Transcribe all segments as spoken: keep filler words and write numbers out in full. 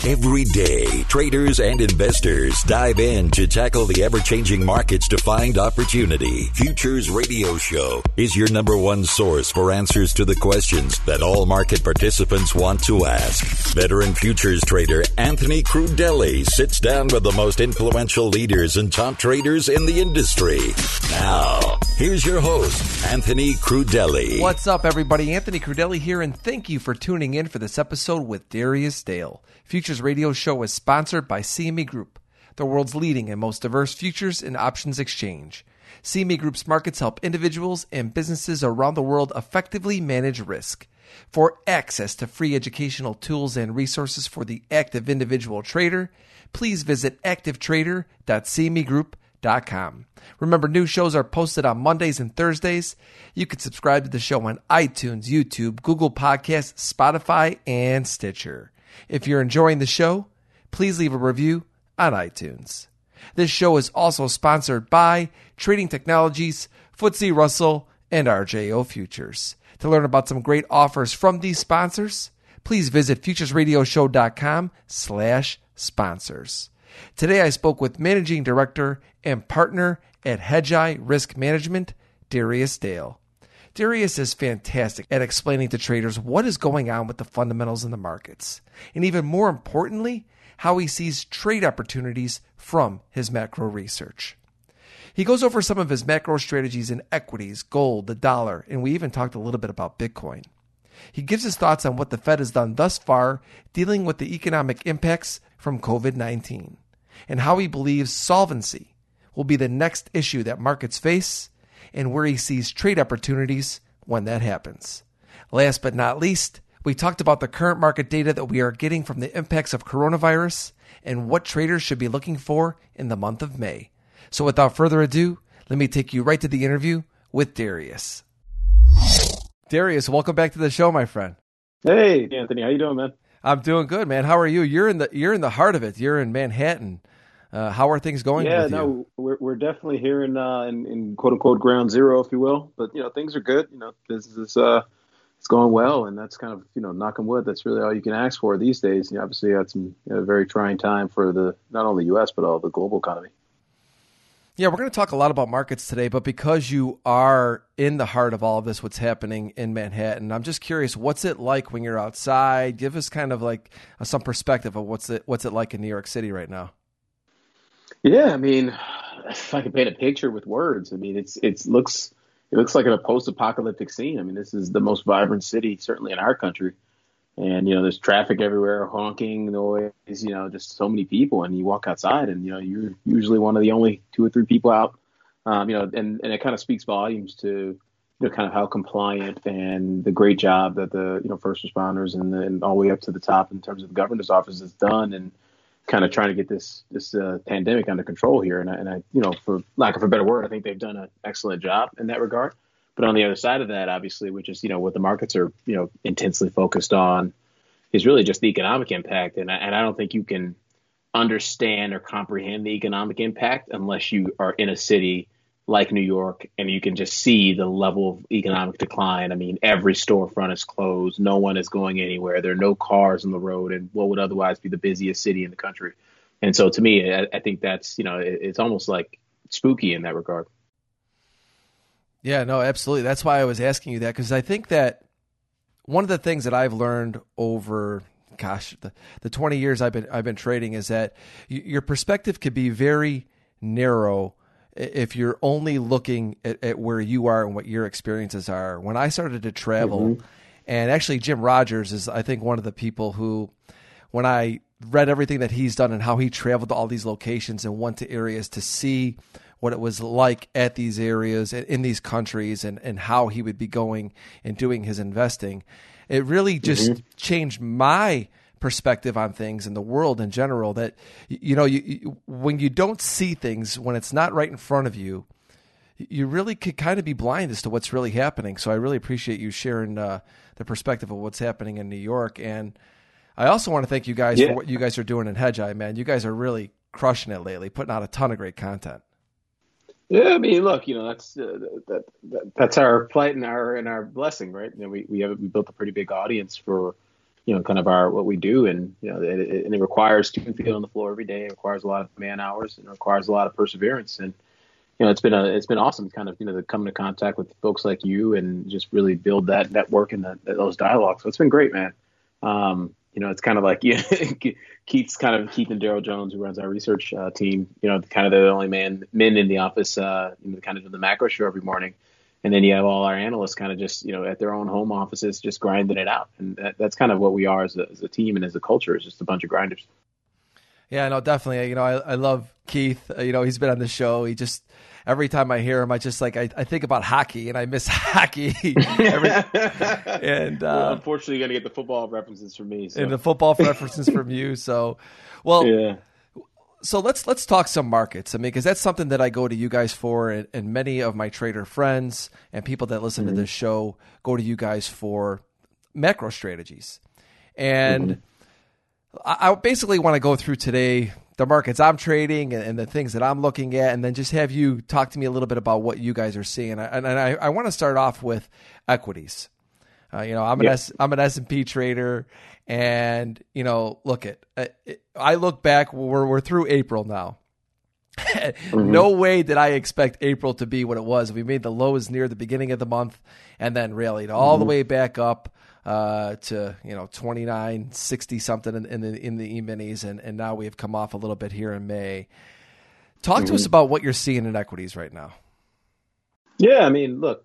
Every day, traders and investors dive in to tackle the ever-changing markets to find opportunity. Futures Radio Show is your number one source for answers to the questions that all market participants want to ask. Veteran futures trader Anthony Crudele sits down with the most influential leaders and top traders in the industry. Now, here's your host, Anthony Crudele. What's up, everybody? Anthony Crudele here, and thank you for tuning in for this episode with Darius Dale. Futures Radio Show is sponsored by C M E Group, the world's leading and most diverse futures and options exchange. C M E Group's markets help individuals and businesses around the world effectively manage risk. For access to free educational tools and resources for the active individual trader, please visit active trader dot c m e group dot com. Remember, new shows are posted on Mondays and Thursdays. You can subscribe to the show on iTunes, YouTube, Google Podcasts, Spotify, and Stitcher. If you're enjoying the show, please leave a review on iTunes. This show is also sponsored by Trading Technologies, F T S E Russell, and R J O Futures. To learn about some great offers from these sponsors, please visit futures radio show dot com slash sponsors. Today I spoke with Managing Director and Partner at Hedgeye Risk Management, Darius Dale. Darius is fantastic at explaining to traders what is going on with the fundamentals in the markets, and even more importantly, how he sees trade opportunities from his macro research. He goes over some of his macro strategies in equities, gold, the dollar, and we even talked a little bit about Bitcoin. He gives his thoughts on what the Fed has done thus far dealing with the economic impacts from covid nineteen, and how he believes solvency will be the next issue that markets face, and where he sees trade opportunities when that happens. Last but not least, we talked about the current market data that we are getting from the impacts of coronavirus and what traders should be looking for in the month of May. So without further ado, let me take you right to the interview with Darius. Darius, welcome back to the show, my friend. Hey, Anthony, how you doing, man? I'm doing good, man. How are you? You're in the you're in the heart of it. You're in Manhattan. Uh, how are things going yeah, with no, you? we're we're definitely here in, uh, in in quote unquote ground zero, if you will. But you know, things are good. You know, business is uh, it's going well, and that's kind of you know, knock on wood. That's really all you can ask for these days. You know, obviously, you had some you know, very trying time for the not only U S but all the global economy. Yeah, we're going to talk a lot about markets today, but because you are in the heart of all of this, what's happening in Manhattan, I'm just curious, what's it like when you're outside? Give us kind of like uh, some perspective of what's it what's it like in New York City right now. Yeah, I mean, if I could paint a picture with words, I mean, it's it's looks it looks like a post-apocalyptic scene. I mean, this is the most vibrant city, certainly in our country. And, you know, there's traffic everywhere, honking, noise, you know, just so many people. And you walk outside and, you know, you're usually one of the only two or three people out, um, you know, and, and it kind of speaks volumes to, you know, kind of how compliant and the great job that the, you know, first responders and, the, and all the way up to the top in terms of the governor's office has done and kind of trying to get this this uh, pandemic under control here. And I, and I, you know, for lack of a better word, I think they've done an excellent job in that regard. But on the other side of that, obviously, which is, you know, what the markets are, you know, intensely focused on is really just the economic impact. And I, and I don't think you can understand or comprehend the economic impact unless you are in a city like New York and you can just see the level of economic decline. I mean, every storefront is closed. No one is going anywhere. There are no cars on the road in what would otherwise be the busiest city in the country. And so to me, I, I think that's, you know, it, it's almost like spooky in that regard. Yeah, no, absolutely. That's why I was asking you that, because I think that one of the things that I've learned over, gosh, the, the twenty years I've been I've been trading is that y- your perspective could be very narrow if you're only looking at, at where you are and what your experiences are. When I started to travel, mm-hmm. and actually Jim Rogers is, I think, one of the people who, when I read everything that he's done and how he traveled to all these locations and went to areas to see what it was like at these areas in these countries and, and how he would be going and doing his investing. It really just mm-hmm. changed my perspective on things in the world in general, that, you know, you, you, when you don't see things, when it's not right in front of you, you really could kind of be blind as to what's really happening. So I really appreciate you sharing uh, the perspective of what's happening in New York. And I also want to thank you guys yeah. for what you guys are doing in Hedgeye, man. You guys are really crushing it lately, putting out a ton of great content. Yeah, I mean, look, you know, that's uh, that, that that's our plight and our and our blessing, right? You know, we we have we built a pretty big audience for you know, kind of our what we do, and you know, it, it, and it requires two feet on the floor every day. It requires a lot of man hours, and it requires a lot of perseverance. And you know, it's been a it's been awesome, kind of you know, to come into contact with folks like you and just really build that network and that, those dialogues. So it's been great, man. Um, you know, it's kind of like yeah, Keith's kind of Keith and Daryl Jones, who runs our research uh, team. You know, kind of the only man men in the office, uh, you know, kind of do the macro show every morning. And then you have all our analysts kind of just, you know, at their own home offices, just grinding it out. And that, that's kind of what we are as a, as a team and as a culture, is just a bunch of grinders. Yeah, no, definitely. You know, I, I love Keith. Uh, you know, he's been on the show. He just, every time I hear him, I just like, I, I think about hockey and I miss hockey. every, and uh, well, unfortunately, you're going to get the football references from me. So. And the football references from you. So, well, yeah. So let's let's talk some markets. I mean, because that's something that I go to you guys for, and, and many of my trader friends and people that listen mm-hmm. to this show go to you guys for macro strategies. And mm-hmm. I, I basically want to go through today the markets I'm trading and, and the things that I'm looking at, and then just have you talk to me a little bit about what you guys are seeing. And, and I, I want to start off with equities. Uh, you know, I'm an yep. S, I'm an S and P trader. And, you know, look at, I look back, we're, we're through April now. mm-hmm. No way did I expect April to be what it was. We made the lows near the beginning of the month and then rallied all mm-hmm. the way back up uh, to, you know, twenty-nine, sixty something in, in the, in the E-minis. And, and now we've come off a little bit here in May. Talk mm-hmm. to us about what you're seeing in equities right now. Yeah. I mean, look,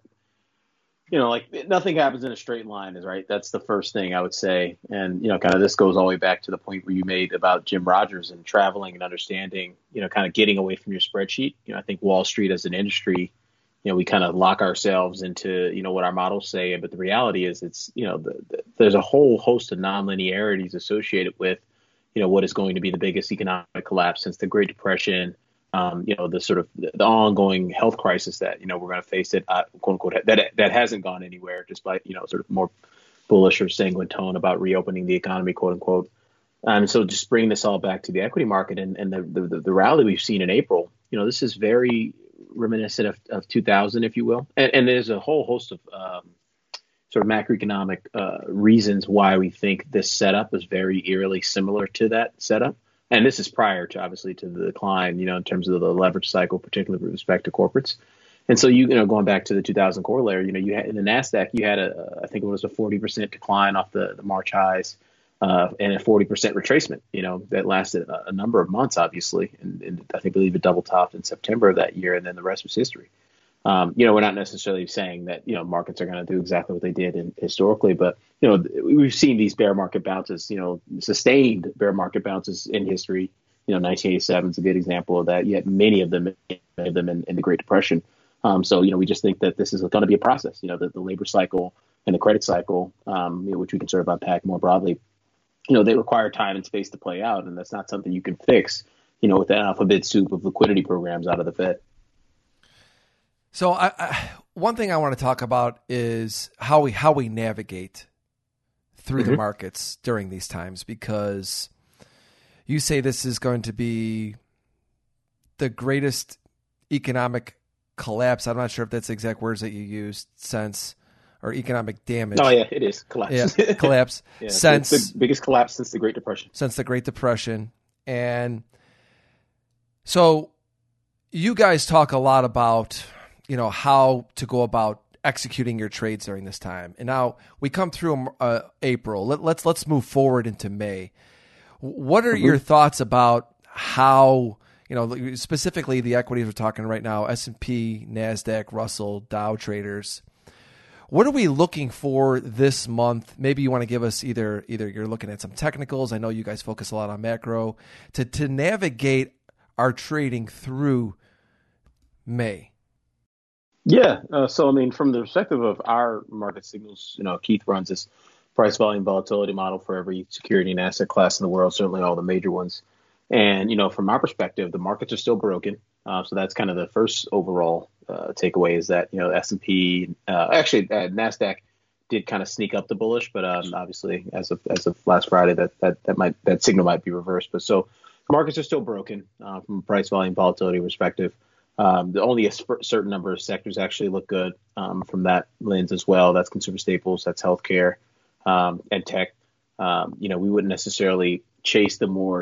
you know, like nothing happens in a straight line, is right. That's the first thing I would say. And, you know, kind of this goes all the way back to the point where you made about Jim Rogers and traveling and understanding, you know, kind of getting away from your spreadsheet. You know, I think Wall Street as an industry, you know, we kind of lock ourselves into, you know, what our models say. But the reality is it's, you know, the, the, there's a whole host of nonlinearities associated with, you know, what is going to be the biggest economic collapse since the Great Depression. Um, you know, the sort of the ongoing health crisis that, you know, we're going to face it, uh, quote unquote, that that hasn't gone anywhere, despite, you know, sort of more bullish or sanguine tone about reopening the economy, quote unquote. Um, so just bringing this all back to the equity market and, and the, the, the rally we've seen in April, you know, this is very reminiscent of, of two thousand, if you will. And, and there's a whole host of um, sort of macroeconomic uh, reasons why we think this setup is very eerily similar to that setup. And this is prior to, obviously, to the decline, you know, in terms of the leverage cycle, particularly with respect to corporates. And so, you, you know, going back to the two thousand corollary, you know, you had in the NASDAQ, you had a, I think it was a forty percent decline off the, the March highs uh, and a forty percent retracement, you know, that lasted a, a number of months, obviously. And, and I think, believe it double topped in September of that year. And then the rest was history. Um, you know, we're not necessarily saying that, you know, markets are going to do exactly what they did in, historically, but, you know, we've seen these bear market bounces, you know, sustained bear market bounces in history. You know, nineteen eighty-seven is a good example of that. Yet many of them, many of them in, in the Great Depression. Um, so, you know, we just think that this is going to be a process, you know, the, the labor cycle and the credit cycle, um, you know, which we can sort of unpack more broadly. You know, they require time and space to play out. And that's not something you can fix, you know, with that alphabet soup of liquidity programs out of the Fed. So I, I, one thing I want to talk about is how we how we navigate through mm-hmm. the markets during these times, because you say this is going to be the greatest economic collapse. I'm not sure if that's the exact words that you used, since, or economic damage. Oh yeah, it is collapse. Yeah, collapse. yeah, since it's the biggest collapse since the Great Depression. Since the Great Depression, and so you guys talk a lot about, you know, how to go about executing your trades during this time. And now we come through uh, April. Let, let's let's move forward into May. What are mm-hmm. your thoughts about how, you know, specifically the equities we're talking right now, S and P, NASDAQ, Russell, Dow traders? What are we looking for this month? Maybe you want to give us either either you're looking at some technicals. I know you guys focus a lot on macro to to navigate our trading through May. Yeah. Uh, so, I mean, from the perspective of our market signals, you know, Keith runs this price volume volatility model for every security and asset class in the world, certainly all the major ones. And, you know, from our perspective, the markets are still broken. Uh, so that's kind of the first overall uh, takeaway, is that, you know, S and P, uh, actually, uh, NASDAQ did kind of sneak up the bullish, but um, obviously as of as of last Friday, that that that might that signal might be reversed. But so markets are still broken uh, from a price volume volatility perspective. Um, the only a sp- certain number of sectors actually look good um, from that lens as well. That's consumer staples, that's healthcare, um, and tech. Um, you know, we wouldn't necessarily chase the more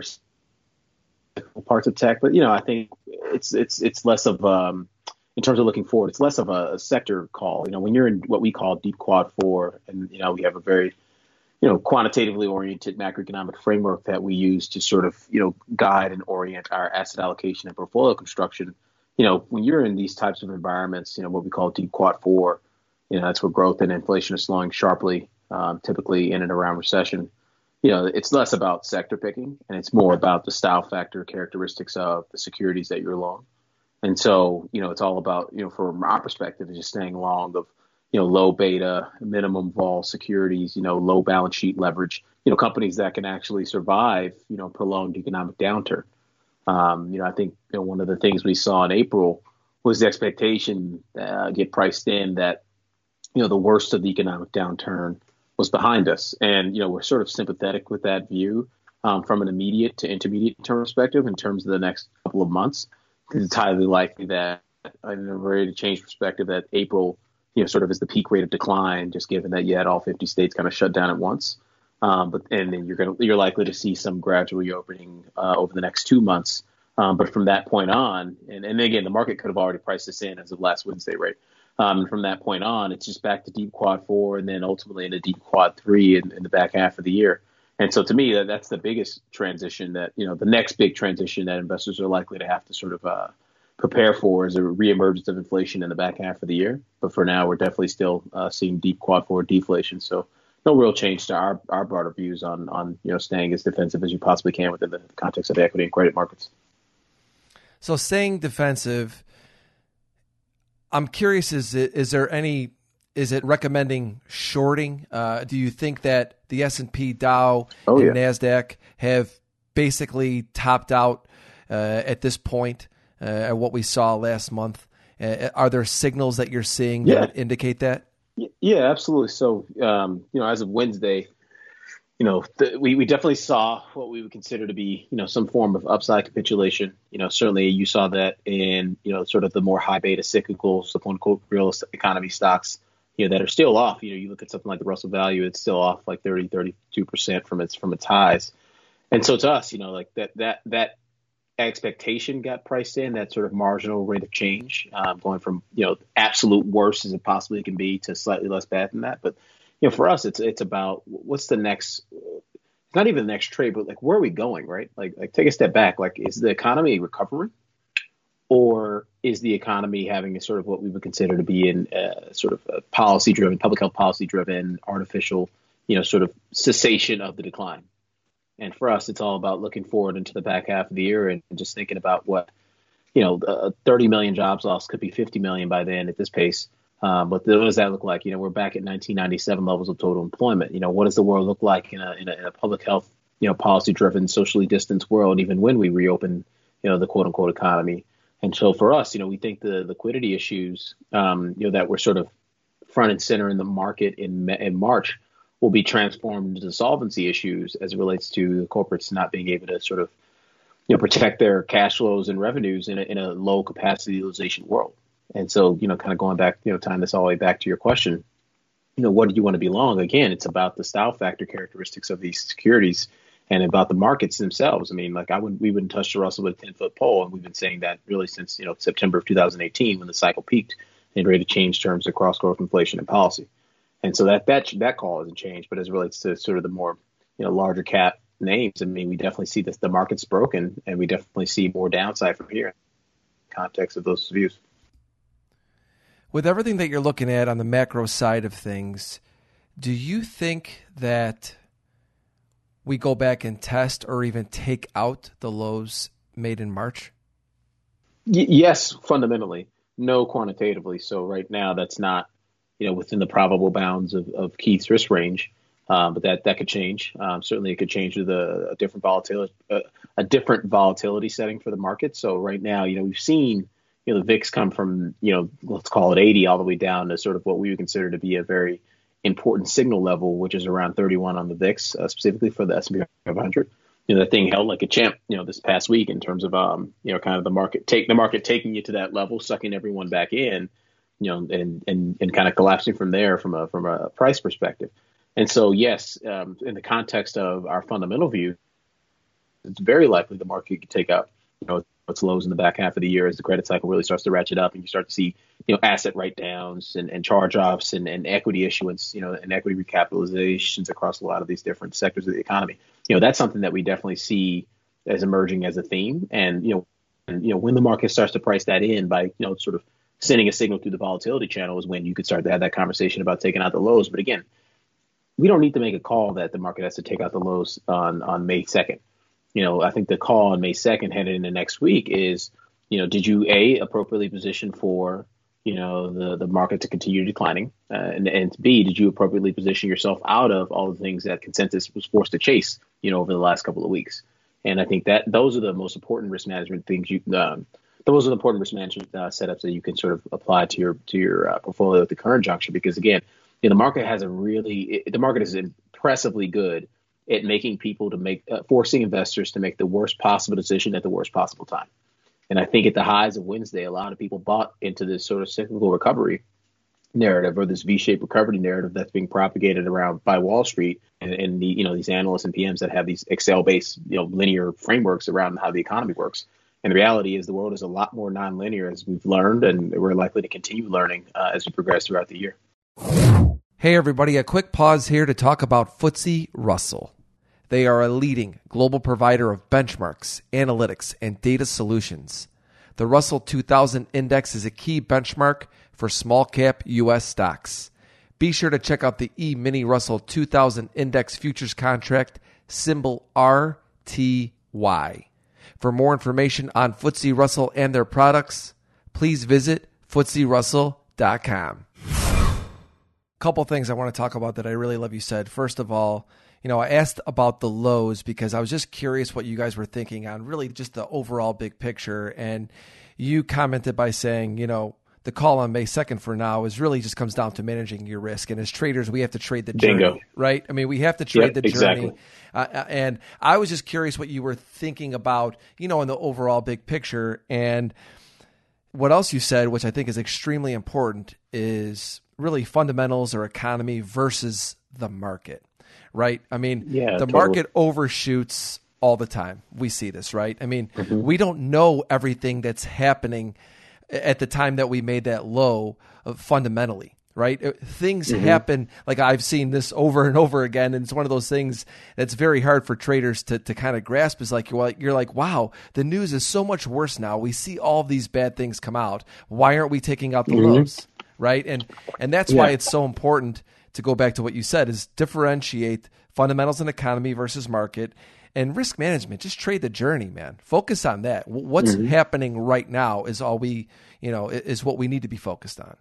parts of tech, but you know, I think it's it's it's less of um, in terms of looking forward, it's less of a, a sector call. You know, when you're in what we call deep quad four, and you know, we have a very you know quantitatively oriented macroeconomic framework that we use to sort of you know guide and orient our asset allocation and portfolio construction. You know, when you're in these types of environments, you know, what we call deep quad four, you know, that's where growth and inflation are slowing sharply, um, typically in and around recession. You know, it's less about sector picking and it's more about the style factor characteristics of the securities that you're long. And so, you know, it's all about, you know, from our perspective, just staying long of, you know, low beta, minimum vol securities, you know, low balance sheet leverage, you know, companies that can actually survive, you know, prolonged economic downturn. Um, you know, I think you know, one of the things we saw in April was the expectation uh, get priced in that, you know, the worst of the economic downturn was behind us. And, you know, we're sort of sympathetic with that view um, from an immediate to intermediate term perspective in terms of the next couple of months. Because it's highly likely that, in a rate of change perspective, that April, you know, sort of is the peak rate of decline, just given that you had all fifty states kind of shut down at once. Um, but and then you're going to you're likely to see some gradual reopening uh, over the next two months. Um, but from that point on, and, and again, the market could have already priced this in as of last Wednesday, right? Um, and from that point on, it's just back to deep quad four and then ultimately into deep quad three in, in the back half of the year. And so to me, that, that's the biggest transition that, you know, the next big transition that investors are likely to have to sort of uh, prepare for is a reemergence of inflation in the back half of the year. But for now, we're definitely still uh, seeing deep quad four deflation. So no real change to our, our broader views on, on, you know, staying as defensive as you possibly can within the context of the equity and credit markets. So staying defensive, I'm curious, is it, is there any, is it recommending shorting? Uh, do you think that the S and P, Dow, oh, and yeah. NASDAQ have basically topped out uh, at this point, uh, at what we saw last month? Uh, are there signals that you're seeing yeah. that indicate that? Yeah, absolutely. So, um, you know, as of Wednesday, you know, the, we, we definitely saw what we would consider to be, you know, some form of upside capitulation. You know, certainly you saw that in, you know, sort of the more high beta cyclicals, the quote unquote real economy stocks, you know, that are still off. You know, you look at something like the Russell Value, it's still off like thirty, thirty-two percent from its from its highs. And so to us, you know, like that that that expectation got priced in, that sort of marginal rate of change, um, going from, you know, absolute worst as it possibly can be to slightly less bad than that. But, you know, for us, it's it's about what's the next, it's not even the next trade, but like, where are we going, right? Like, like take a step back. Like, is the economy recovering? Or is the economy having a sort of what we would consider to be in a sort of a policy-driven, public health policy-driven, artificial, you know, sort of cessation of the decline? And for us, it's all about looking forward into the back half of the year and just thinking about what, you know, uh, thirty million jobs lost could be fifty million by then at this pace. Um, but what does that look like? You know, we're back at nineteen ninety-seven levels of total employment. You know, what does the world look like in a, in a, in a public health, you know, policy-driven, socially distanced world, even when we reopen, you know, the quote-unquote economy? And so for us, you know, we think the liquidity issues, um, you know, that were sort of front and center in the market in in March will be transformed into solvency issues as it relates to the corporates not being able to sort of, you know, protect their cash flows and revenues in a, in a low capacity utilization world. And so, you know, kind of going back, you know, tying this all the way back to your question, you know, what do you want to be long? Again, it's about the style factor characteristics of these securities and about the markets themselves. I mean, like I would, we wouldn't touch the Russell with a ten foot pole. And we've been saying that really since, you know, September of two thousand eighteen, when the cycle peaked in rate of change terms across growth, inflation, and policy. And so that, that, that call hasn't changed, but as it relates to sort of the more, you know, larger cap names, I mean, we definitely see that the market's broken and we definitely see more downside from here in the context of those views. With everything that you're looking at on the macro side of things, do you think that we go back and test or even take out the lows made in March? Y- yes, fundamentally, no quantitatively. So right now that's not, you know, within the probable bounds of, of Keith's risk range, um, but that, that could change. Um, certainly it could change with a, a different volatility, uh, a different volatility setting for the market. So right now, you know, we've seen, you know, the V I X come from, you know, let's call it eighty all the way down to sort of what we would consider to be a very important signal level, which is around thirty-one on the V I X, uh, specifically for the S and P five hundred. You know, that thing held like a champ, you know, this past week in terms of, um, you know, kind of the market take the market taking you to that level, sucking everyone back in, you know, and, and, and kind of collapsing from there from a, from a price perspective. And so, yes, um, in the context of our fundamental view, it's very likely the market could take out, you know, its lows in the back half of the year as the credit cycle really starts to ratchet up and you start to see, you know, asset write downs and, and charge offs and, and equity issuance, you know, and equity recapitalizations across a lot of these different sectors of the economy. You know, that's something that we definitely see as emerging as a theme. And, you know, and, you know, when the market starts to price that in by, you know, sort of sending a signal through the volatility channel is when you could start to have that conversation about taking out the lows. But again, we don't need to make a call that the market has to take out the lows on, on May second. You know, I think the call on May second headed into next week is, you know, did you A, appropriately position for, you know, the, the market to continue declining? Uh, and, and B, did you appropriately position yourself out of all the things that consensus was forced to chase, you know, over the last couple of weeks? And I think that those are the most important risk management things you um, those are the important risk management uh, setups that you can sort of apply to your to your uh, portfolio at the current juncture, because, again, you know, the market has a really it, the market is impressively good at making people to make uh, forcing investors to make the worst possible decision at the worst possible time. And I think at the highs of Wednesday, a lot of people bought into this sort of cyclical recovery narrative, or this V-shaped recovery narrative that's being propagated around by Wall Street and, and the, you know, these analysts and P Ms that have these Excel-based, you know, linear frameworks around how the economy works. And the reality is the world is a lot more nonlinear, as we've learned, and we're likely to continue learning uh, as we progress throughout the year. Hey, everybody, a quick pause here to talk about F T S E Russell. They are a leading global provider of benchmarks, analytics, and data solutions. The Russell two thousand Index is a key benchmark for small-cap U S stocks. Be sure to check out the E-mini Russell two thousand Index Futures Contract, symbol R T Y. For more information on F T S E Russell and their products, please visit F T S E Russell dot com. Couple things I want to talk about that I really love you said. First of all, you know, I asked about the lows because I was just curious what you guys were thinking on really just the overall big picture. And you commented by saying, you know, the call on May second for now is really just comes down to managing your risk. And as traders, we have to trade the journey, Bingo. right? I mean, we have to trade yep, the exactly. journey. Uh, and I was just curious what you were thinking about, you know, in the overall big picture. And what else you said, which I think is extremely important, is really fundamentals or economy versus the market, right? I mean, yeah, the totally. market overshoots all the time. We see this, right? I mean, mm-hmm. we don't know everything that's happening at the time that we made that low uh, fundamentally, right? Things mm-hmm. happen, like I've seen this over and over again, and it's one of those things that's very hard for traders to to kind of grasp. Is like, well, you're like, wow, the news is so much worse now. We see all of these bad things come out. Why aren't we taking out the mm-hmm. lows, right? And and that's yeah. why it's so important to go back to what you said, is differentiate fundamentals and economy versus market. And risk management, just trade the journey, man. Focus on that. What's mm-hmm. happening right now is all we, you know, is what we need to be focused on.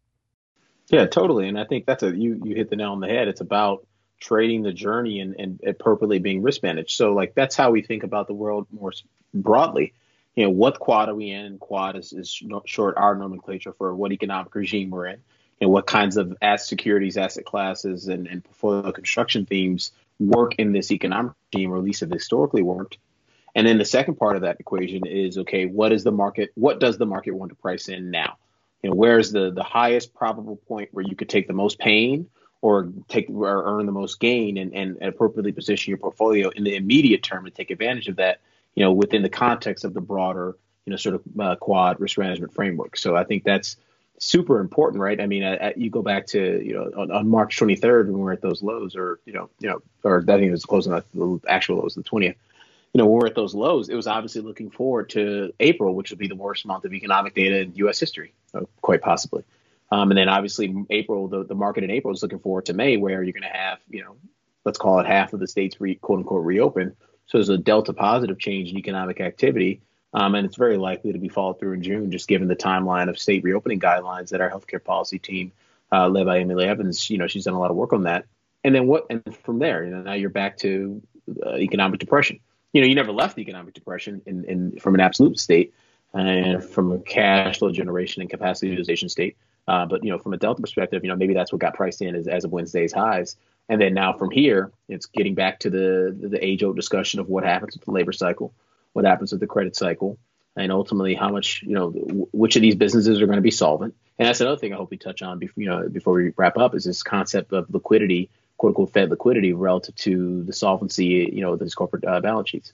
Yeah, totally. And I think that's a, you, you hit the nail on the head. It's about trading the journey and, and appropriately being risk managed. So like, that's how we think about the world more broadly. You know, what quad are we in? Quad is, is short our nomenclature for what economic regime we're in, and what kinds of asset securities, asset classes, and, and portfolio construction themes work in this economic regime, or at least have historically worked. And then the second part of that equation is, okay, what is the market? What does the market want to price in now? You know, where's the, the highest probable point where you could take the most pain or take or earn the most gain, and, and appropriately position your portfolio in the immediate term to take advantage of that, you know, within the context of the broader, you know, sort of uh, quad risk management framework. So I think that's super important, right? I mean, I, I, you go back to, you know, on, on March twenty-third when we're at those lows, or, you know, you know, or I think it was closing at the actual lows, the twentieth. You know, when we're at those lows, it was obviously looking forward to April, which would be the worst month of economic data in U S history, quite possibly. Um, and then obviously April, the, the market in April is looking forward to May, where you're going to have, you know, let's call it half of the states re, quote unquote reopen. So there's a delta positive change in economic activity. Um, and it's very likely to be followed through in June, just given the timeline of state reopening guidelines that our healthcare policy team, uh, led by Emily Evans, you know, she's done a lot of work on that. And then what? And from there, you know, now you're back to uh, economic depression. You know, you never left economic depression in, in from an absolute state and from a cash flow generation and capacity utilization state. Uh, but, you know, from a delta perspective, you know, maybe that's what got priced in as, as of Wednesday's highs. And then now from here, it's getting back to the the age-old discussion of what happens with the labor cycle, what happens with the credit cycle, and ultimately how much, you know, which of these businesses are going to be solvent. And that's another thing I hope we touch on before, you know, before we wrap up, is this concept of liquidity quote unquote Fed liquidity relative to the solvency, you know, of those corporate uh, balance sheets.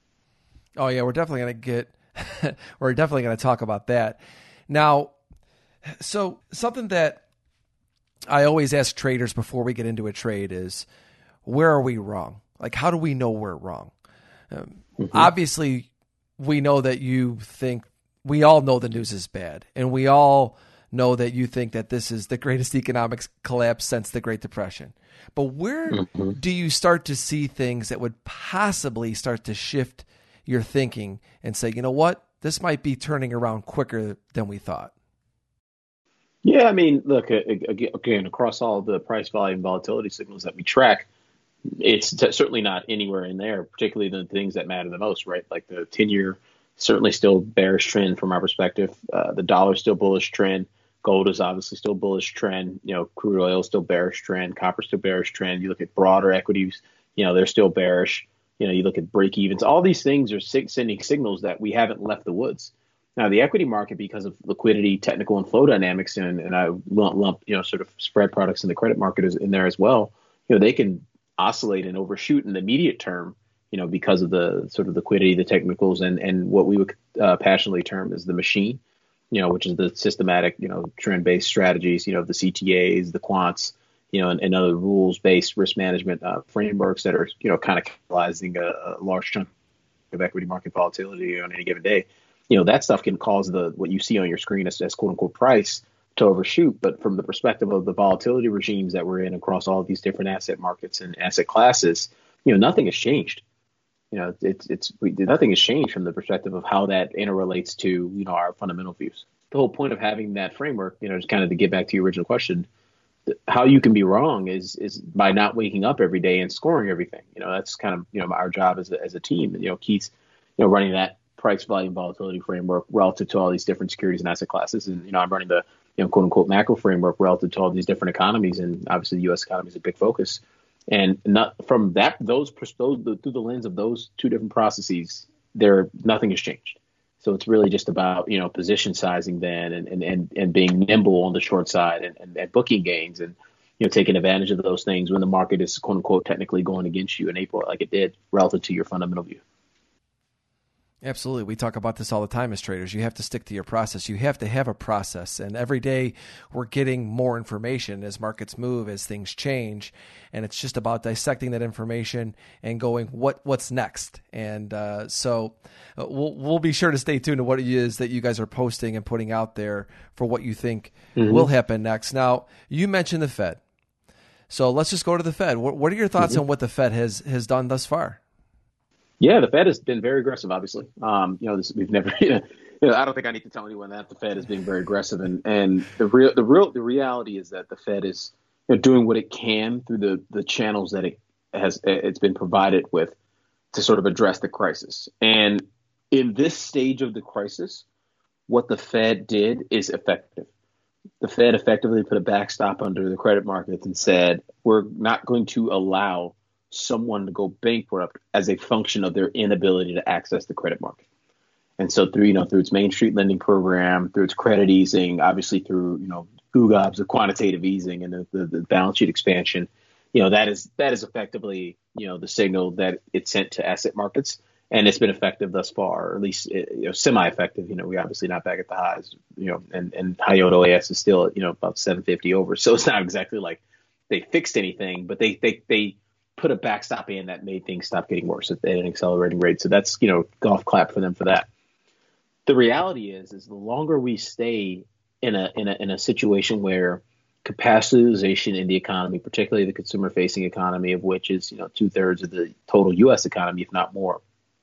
Oh yeah, we're definitely going to get, we're definitely going to talk about that. Now, so something that I always ask traders before we get into a trade is, where are we wrong? Like, how do we know we're wrong? Um, mm-hmm. Obviously, we know that you think, we all know the news is bad, and we all know that you think that this is the greatest economic collapse since the Great Depression. But where mm-hmm. do you start to see things that would possibly start to shift your thinking and say, you know what, this might be turning around quicker than we thought? Yeah, I mean, look, again, across all the price, volume, volatility signals that we track, it's t- certainly not anywhere in there, particularly the things that matter the most, right? Like the ten-year, certainly still bearish trend from our perspective. Uh, the dollar still bullish trend. Gold is obviously still bullish trend. You know, crude oil still bearish trend. Copper still bearish trend. You look at broader equities, you know, they're still bearish. You know, you look at break evens. All these things are sending signals that we haven't left the woods. Now, the equity market, because of liquidity, technical, and flow dynamics, and, and I lump, lump, you know, sort of spread products in the credit market is in there as well. You know, they can oscillate and overshoot in the immediate term, you know, because of the sort of liquidity, the technicals, and and what we would uh, passionately term as the machine, you know, which is the systematic, you know, trend-based strategies, you know, the C T As, the quants, you know, and, and other rules-based risk management uh, frameworks that are, you know, kind of catalyzing a, a large chunk of equity market volatility on any given day. You know, that stuff can cause the what you see on your screen as, as quote unquote price to overshoot. But from the perspective of the volatility regimes that we're in across all of these different asset markets and asset classes, you know, nothing has changed. You know, it's it's we, nothing has changed from the perspective of how that interrelates to, you know, our fundamental views. The whole point of having that framework, you know, just kind of to get back to your original question, how you can be wrong is is by not waking up every day and scoring everything. You know, that's kind of, you know, our job as a, as a team. You know, Keith's, you know, running that price, volume, volatility framework relative to all these different securities and asset classes. And, you know, I'm running the, you know, quote unquote macro framework relative to all these different economies. And obviously the U S economy is a big focus. And not from that, those, those through the lens of those two different processes, there, nothing has changed. So it's really just about, you know, position sizing then and, and, and, and being nimble on the short side and, and, and booking gains and, you know, taking advantage of those things when the market is quote unquote technically going against you in April, like it did relative to your fundamental view. Absolutely. We talk about this all the time as traders. You have to stick to your process. You have to have a process. And every day we're getting more information as markets move, as things change. And it's just about dissecting that information and going, what what's next? And uh, so uh, we'll we'll be sure to stay tuned to what it is that you guys are posting and putting out there for what you think mm-hmm. will happen next. Now, you mentioned the Fed. So let's just go to the Fed. What, what are your thoughts mm-hmm. on what the Fed has has done thus far? Yeah, the Fed has been very aggressive, obviously. Um, you know, this, we've never, you know, I don't think I need to tell anyone that the Fed is being very aggressive. And, and the real, the real, the reality is that the Fed is, you know, doing what it can through the, the channels that it has, it's been provided with to sort of address the crisis. And in this stage of the crisis, what the Fed did is effective. The Fed effectively put a backstop under the credit markets and said, we're not going to allow someone to go bankrupt as a function of their inability to access the credit market. And so through, you know, through its Main Street lending program, through its credit easing, obviously through, you know, G U G O Bs, the quantitative easing and the, the, the balance sheet expansion, you know, that is that is effectively, you know, the signal that it sent to asset markets. And it's been effective thus far, or at least, you know, semi-effective. You know, we're obviously not back at the highs, you know, and, and high yield O A S is still, you know, about seven fifty over. So it's not exactly like they fixed anything, but they they they put a backstop in that made things stop getting worse at an accelerating rate. So that's, you know, golf clap for them for that. The reality is, is the longer we stay in a in a in a situation where capacity utilization in the economy, particularly the consumer facing economy, of which is, you know, two thirds of the total U S economy, if not more.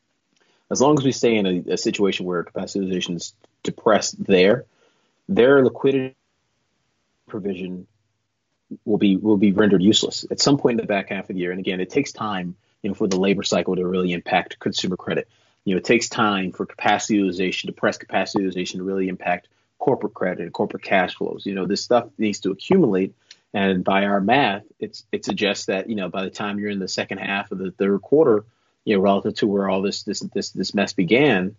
As long as we stay in a, a situation where capacity utilization is depressed there, their liquidity provision will be will be rendered useless at some point in the back half of the year. And again, it takes time, you know, for the labor cycle to really impact consumer credit. You know, it takes time for capacity utilization, depressed capacity utilization to really impact corporate credit and corporate cash flows. You know, this stuff needs to accumulate. And by our math, it's it suggests that, you know, by the time you're in the second half of the third quarter, you know, relative to where all this this this this mess began,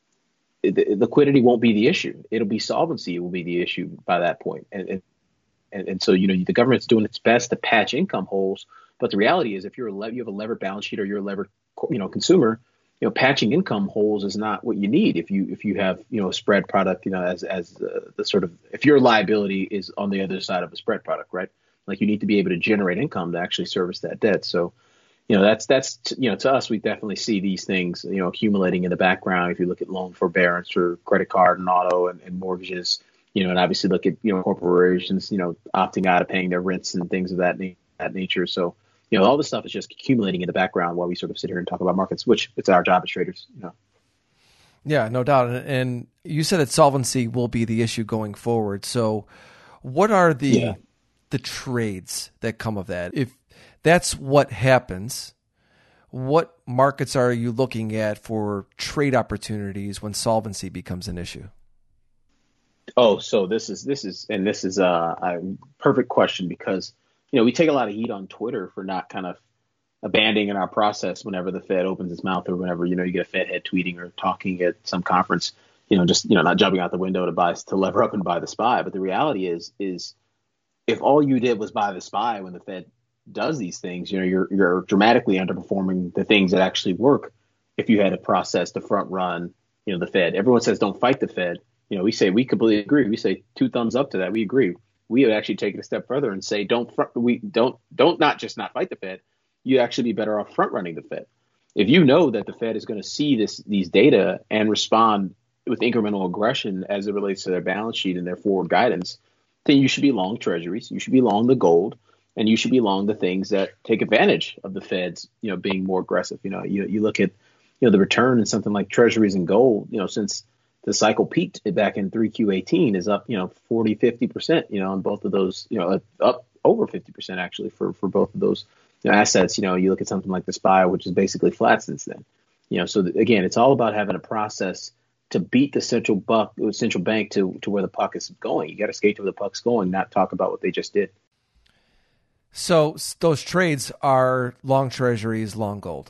it, liquidity won't be the issue. It'll be solvency will be the issue by that point. And, and and, and so, you know, the government's doing its best to patch income holes. But the reality is, if you're a le- you have a levered balance sheet or you're a levered, you know, consumer, you know, patching income holes is not what you need if you if you have, you know, a spread product, you know, as as uh, the sort of, if your liability is on the other side of a spread product, right? Like, you need to be able to generate income to actually service that debt. So, you know, that's that's you know, to us, we definitely see these things, you know, accumulating in the background. If you look at loan forbearance for credit card and auto and, and mortgages, you know, and obviously look at, you know, corporations, you know, opting out of paying their rents and things of that na- that nature. So, you know, all this stuff is just accumulating in the background while we sort of sit here and talk about markets, which it's our job as traders, you know. Yeah, no doubt. And you said that solvency will be the issue going forward. So what are the yeah. the trades that come of that? If that's what happens, what markets are you looking at for trade opportunities when solvency becomes an issue? Oh, so this is this is and this is a, a perfect question, because, you know, we take a lot of heat on Twitter for not kind of abandoning our process whenever the Fed opens its mouth, or whenever, you know, you get a Fed head tweeting or talking at some conference, you know, just, you know, not jumping out the window to buy, to lever up and buy the S P Y. But the reality is, is if all you did was buy the S P Y when the Fed does these things, you know, you're you're dramatically underperforming the things that actually work. If you had a process to front run, you know, the Fed, everyone says don't fight the Fed. You know, we say we completely agree. We say two thumbs up to that. We agree. We would actually take it a step further and say don't front, we don't don't not just not fight the Fed. You'd actually be better off front running the Fed. If you know that the Fed is going to see this these data and respond with incremental aggression as it relates to their balance sheet and their forward guidance, then you should be long treasuries. You should be long the gold, and you should be long the things that take advantage of the Fed's, you know, being more aggressive. You know, you you look at, you know, the return in something like treasuries and gold, you know, since the cycle peaked back in three Q eighteen is up, you know, forty, fifty percent, you know, on both of those, you know, up over fifty percent actually for, for both of those, you know, assets. You know, you look at something like the S P Y, which is basically flat since then. You know, so th- again, it's all about having a process to beat the central buck, central bank to, to where the puck is going. You got to skate to where the puck's going, not talk about what they just did. So those trades are long treasuries, long gold.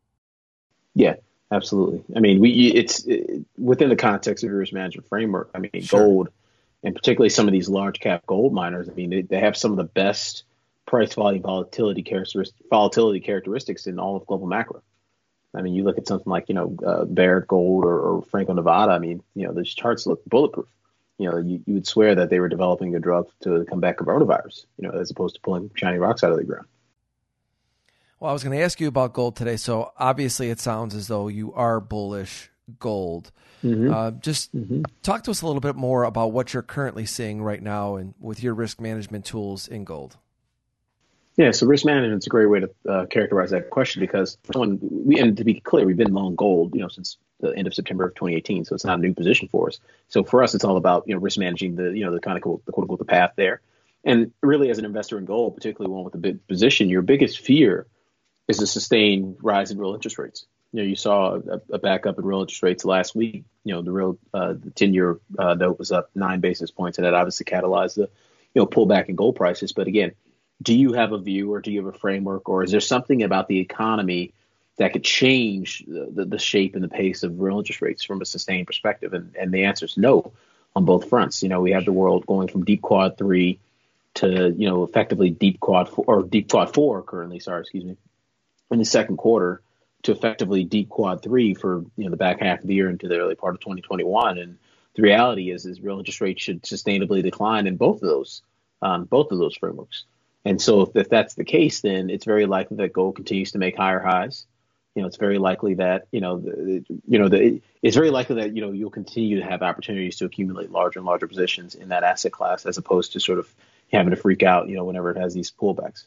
Yeah, absolutely. I mean, we it's it, within the context of your risk management framework. I mean, sure. Gold, and particularly some of these large cap gold miners, I mean, they, they have some of the best price volume volatility characteristics, volatility characteristics in all of global macro. I mean, you look at something like, you know, uh, Barrick Gold or, or Franco-Nevada. I mean, you know, those charts look bulletproof. You know, you, you would swear that they were developing a drug to combat coronavirus, you know, as opposed to pulling shiny rocks out of the ground. Well, I was going to ask you about gold today. So obviously it sounds as though you are bullish gold. Mm-hmm. Uh, just mm-hmm. talk to us a little bit more about what you're currently seeing right now and with your risk management tools in gold. Yeah, so risk management is a great way to uh, characterize that question, because for someone, we, and to be clear, we've been long gold, you know, since the end of September of twenty eighteen, so it's not a new position for us. So for us, it's all about, you know, risk managing the, you know, the kind of quote, the quote unquote the path there. And really, as an investor in gold, particularly one with a big position, your biggest fear is a sustained rise in real interest rates. You know, you saw a, a backup in real interest rates last week. You know, the real uh, the ten-year uh, note was up nine basis points, and that obviously catalyzed the, you know, pullback in gold prices. But again, do you have a view, or do you have a framework, or is there something about the economy that could change the, the, the shape and the pace of real interest rates from a sustained perspective? And, and the answer is no on both fronts. You know, we have the world going from deep quad three to, you know, effectively deep quad four, or deep quad four currently, sorry, excuse me, in the second quarter, to effectively deep quad three for, you know, the back half of the year into the early part of twenty twenty-one. And the reality is, is real interest rates should sustainably decline in both of those, um, both of those frameworks. And so if, if that's the case, then it's very likely that gold continues to make higher highs. You know, it's very likely that, you know, the, you know, the, it's very likely that, you know, you'll continue to have opportunities to accumulate larger and larger positions in that asset class, as opposed to sort of having to freak out, you know, whenever it has these pullbacks.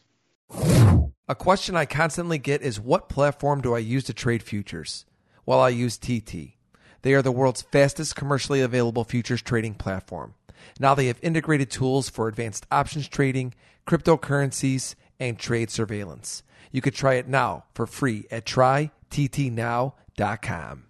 A question I constantly get is, what platform do I use to trade futures? Well, I use T T. They are the world's fastest commercially available futures trading platform. Now they have integrated tools for advanced options trading, cryptocurrencies, and trade surveillance. You could try it now for free at try t t now dot com.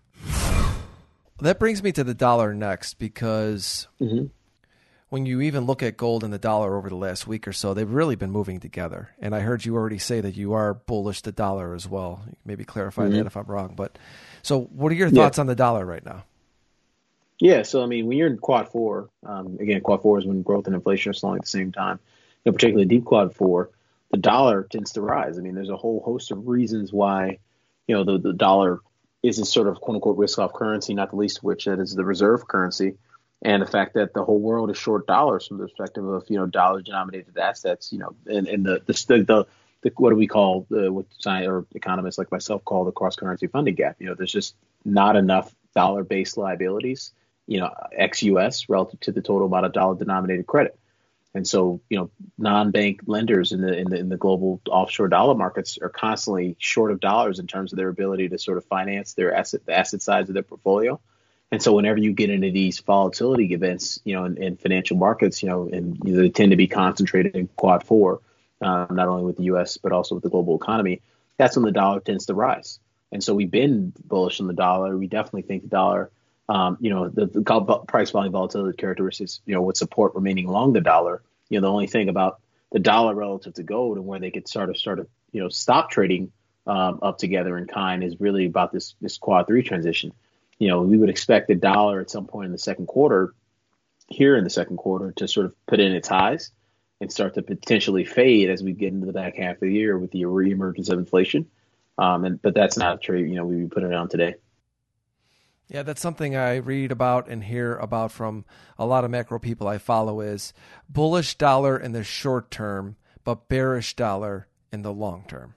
That brings me to the dollar next, because mm-hmm. when you even look at gold and the dollar over the last week or so, they've really been moving together. And I heard you already say that you are bullish the dollar as well. Maybe clarify mm-hmm. that if I'm wrong. But so what are your thoughts yeah. on the dollar right now? Yeah, so I mean, when you're in quad four, um, again, quad four is when growth and inflation are slowing at the same time. know, particularly deep quad four, the dollar tends to rise. I mean, there's a whole host of reasons why, you know, the, the dollar is a sort of quote unquote risk off currency, not the least of which that is the reserve currency. And the fact that the whole world is short dollars from the perspective of, you know, dollar denominated assets, you know, and, and the, the, the, the, what do we call the, what science or economists like myself call the cross currency funding gap. You know, there's just not enough dollar based liabilities, you know, ex U S relative to the total amount of dollar denominated credit. And so, you know, non-bank lenders in the, in the in the global offshore dollar markets are constantly short of dollars in terms of their ability to sort of finance their asset, the asset sides of their portfolio. And so whenever you get into these volatility events, you know, in, in financial markets, you know, and you know, they tend to be concentrated in quad four, uh, not only with the U S, but also with the global economy, that's when the dollar tends to rise. And so we've been bullish on the dollar. We definitely think the dollar, um, you know, the, the price volume volatility characteristics, you know, would support remaining long the dollar. You know, the only thing about the dollar relative to gold and where they could sort of start to, you know, stop trading um, up together in kind is really about this this quad three transition. You know, we would expect the dollar at some point in the second quarter, here in the second quarter, to sort of put in its highs and start to potentially fade as we get into the back half of the year with the reemergence of inflation. Um, and but that's not a trade, you know, we would put it on today. Yeah, that's something I read about and hear about from a lot of macro people I follow is bullish dollar in the short term, but bearish dollar in the long term.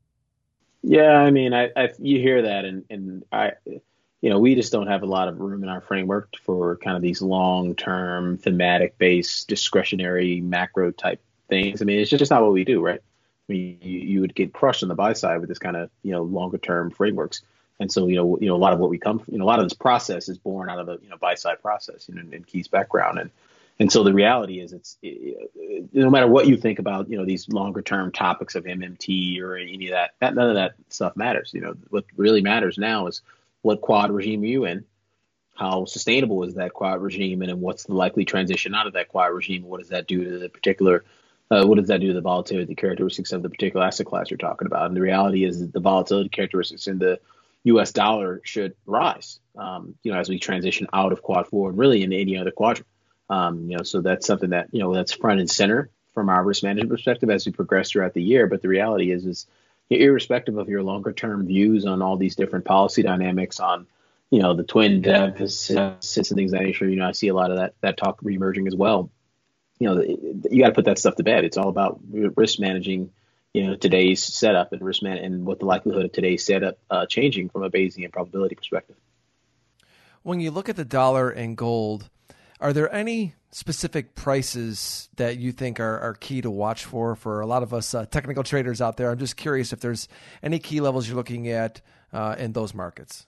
Yeah, I mean, I, I you hear that, and and I, you know, we just don't have a lot of room in our framework for kind of these long-term, thematic-based, discretionary macro type things. I mean, it's just not what we do, right? I mean, you, you would get crushed on the buy side with this kind of, you know, longer-term frameworks. And so, you know, you know, a lot of what we come, you know, a lot of this process is born out of the, you know, buy side process, you know, in Keith's background. And, and so the reality is it's, it, it, no matter what you think about, you know, these longer term topics of M M T or any of that, that, none of that stuff matters. You know, what really matters now is what quad regime are you in? How sustainable is that quad regime? And then what's the likely transition out of that quad regime? What does that do to the particular, uh, what does that do to the volatility characteristics of the particular asset class you're talking about? And the reality is that the volatility characteristics in the U S dollar should rise, um, you know, as we transition out of quad four and really into any other quadrant. Um, you know, so that's something that, you know, that's front and center from our risk management perspective as we progress throughout the year. But the reality is, is irrespective of your longer term views on all these different policy dynamics on, you know, the twin deficits and things of that nature, you know, I see a lot of that, that talk reemerging as well. You know, you got to put that stuff to bed. It's all about risk managing, you know, today's setup and risk man and what the likelihood of today's setup uh, changing from a Bayesian probability perspective. When you look at the dollar and gold, are there any specific prices that you think are, are key to watch for, for a lot of us uh, technical traders out there? I'm just curious if there's any key levels you're looking at uh, in those markets.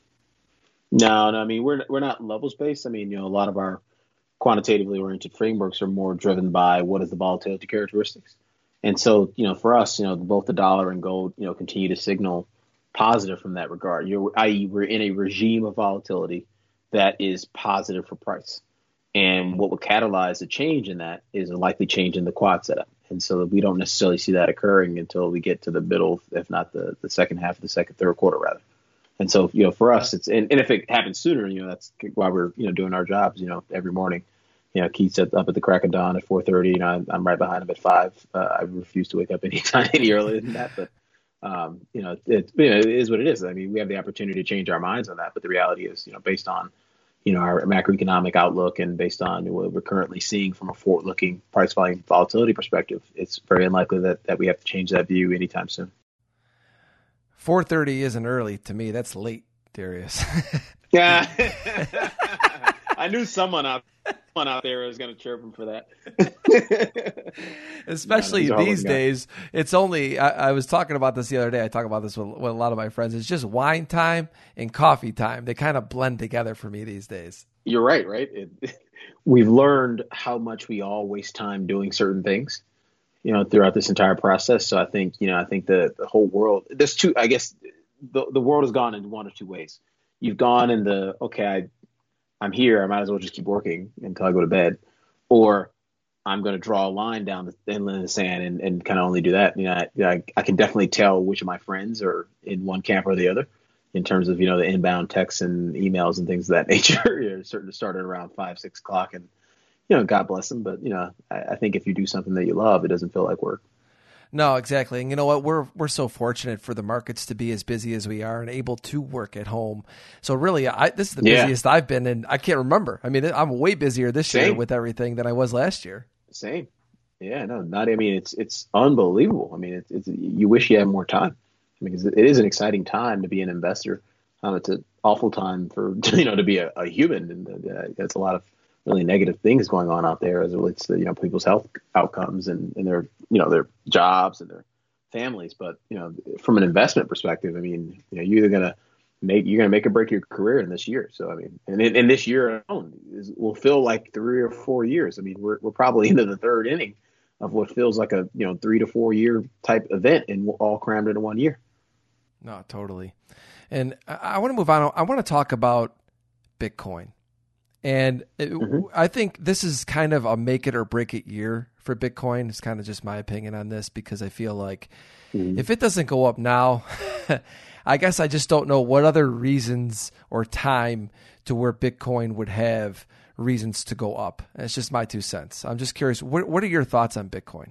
No, no, I mean, we're, we're not levels based. I mean, you know, a lot of our quantitatively oriented frameworks are more driven by what is the volatility characteristics. And so, you know, for us, you know, both the dollar and gold, you know, continue to signal positive from that regard. You're, that is, we're in a regime of volatility that is positive for price. And what will catalyze a change in that is a likely change in the quad setup. And so we don't necessarily see that occurring until we get to the middle, if not the, the second half of the second, third quarter, rather. And so, you know, for us, it's, and, and if it happens sooner, you know, that's why we're, you know, doing our jobs, you know, every morning. You know, Keith's up at the crack of dawn at four thirty. You know, I'm, I'm right behind him at five. Uh, I refuse to wake up any time any earlier than that. But um, you know, it, you know, it is what it is. I mean, we have the opportunity to change our minds on that. But the reality is, you know, based on, you know, our macroeconomic outlook and based on what we're currently seeing from a forward-looking price volume volatility perspective, it's very unlikely that that we have to change that view anytime soon. four thirty isn't early to me. That's late, Darius. Yeah, I knew someone out. out there was going to chirp him for that. Especially yeah, these days. It's only, I, I was talking about this the other day. I talk about this with, with a lot of my friends. It's just wine time and coffee time. They kind of blend together for me these days. You're right, right? It, we've learned how much we all waste time doing certain things, you know, throughout this entire process. So I think, you know, I think the, the whole world, there's two, I guess the, the world has gone in one of two ways. You've gone in the, okay, I, I'm here, I might as well just keep working until I go to bed, or I'm going to draw a line down the inland in the sand and, and kind of only do that. You know, I, I, I can definitely tell which of my friends are in one camp or the other in terms of, you know, the inbound texts and emails and things of that nature. You're starting to start at around five, six o'clock. And, you know, God bless them. But, you know, I, I think if you do something that you love, it doesn't feel like work. No, exactly. And you know what? We're we're so fortunate for the markets to be as busy as we are and able to work at home. So really, I, this is the Yeah. busiest I've been in. I can't remember. I mean, I'm way busier this Same. year with everything than I was last year. Same. Yeah, no, not. I mean, it's it's unbelievable. I mean, it's, it's you wish you had more time. I mean, 'cause it is an exciting time to be an investor. Um, it's an awful time for you know to be a, a human, and uh, there's a lot of really negative things going on out there as it relates to you know people's health outcomes and, and their you know their jobs and their families. But you know, from an investment perspective, I mean, you know, you're either gonna make you're gonna make or break your career in this year. So I mean, and in, in this year alone is, will feel like three or four years. I mean, we're we're probably into the third inning of what feels like a you know three to four year type event, and all crammed into one year. No, totally. And I, I want to move on. I want to talk about Bitcoin. And it, mm-hmm. I think this is kind of a make it or break it year for Bitcoin. It's kind of just my opinion on this because I feel like mm-hmm. if it doesn't go up now, I guess I just don't know what other reasons or time to where Bitcoin would have reasons to go up. And it's just my two cents. I'm just curious, what, what are your thoughts on Bitcoin?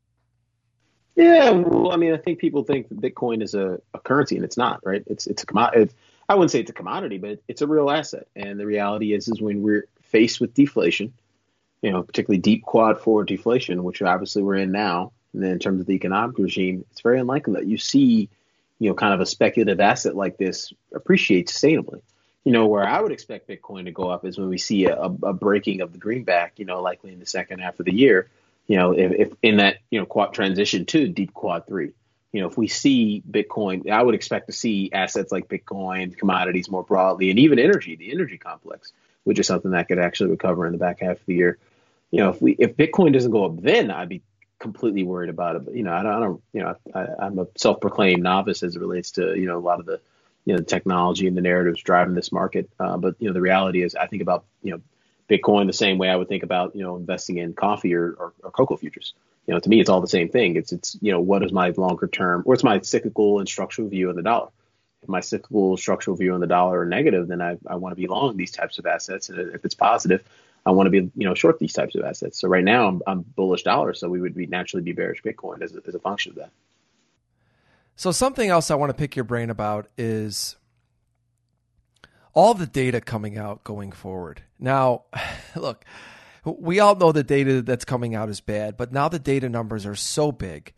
Yeah, well, I mean, I think people think that Bitcoin is a, a currency, and it's not, right? It's it's a commodity. I wouldn't say it's a commodity, but it's a real asset. And the reality is, is when we're faced with deflation, you know, particularly deep quad forward deflation, which obviously we're in now, and then in terms of the economic regime, it's very unlikely that you see, you know, kind of a speculative asset like this appreciate sustainably. You know, where I would expect Bitcoin to go up is when we see a, a breaking of the greenback, you know, likely in the second half of the year. You know, if, if in that, you know, quad transition to deep quad three, you know, if we see Bitcoin, I would expect to see assets like Bitcoin, commodities more broadly, and even energy, the energy complex, which is something that could actually recover in the back half of the year. You know, if we if Bitcoin doesn't go up, then I'd be completely worried about it. But, you know, I don't, I don't you know, I, I'm a self-proclaimed novice as it relates to, you know, a lot of the, you know, the technology and the narratives driving this market. Uh, but, you know, the reality is I think about, you know, Bitcoin the same way I would think about, you know, investing in coffee or, or, or cocoa futures. You know, to me, it's all the same thing. It's, it's, you know, what is my longer term, what's my cyclical and structural view on the dollar? If my cyclical structural view on the dollar are negative, then I, I want to be long these types of assets. And if it's positive, I want to be, you know, short these types of assets. So right now I'm, I'm bullish dollar. So we would be naturally be bearish Bitcoin as a, as a function of that. So something else I want to pick your brain about is all the data coming out going forward. Now, look, we all know the data that's coming out is bad, but now the data numbers are so big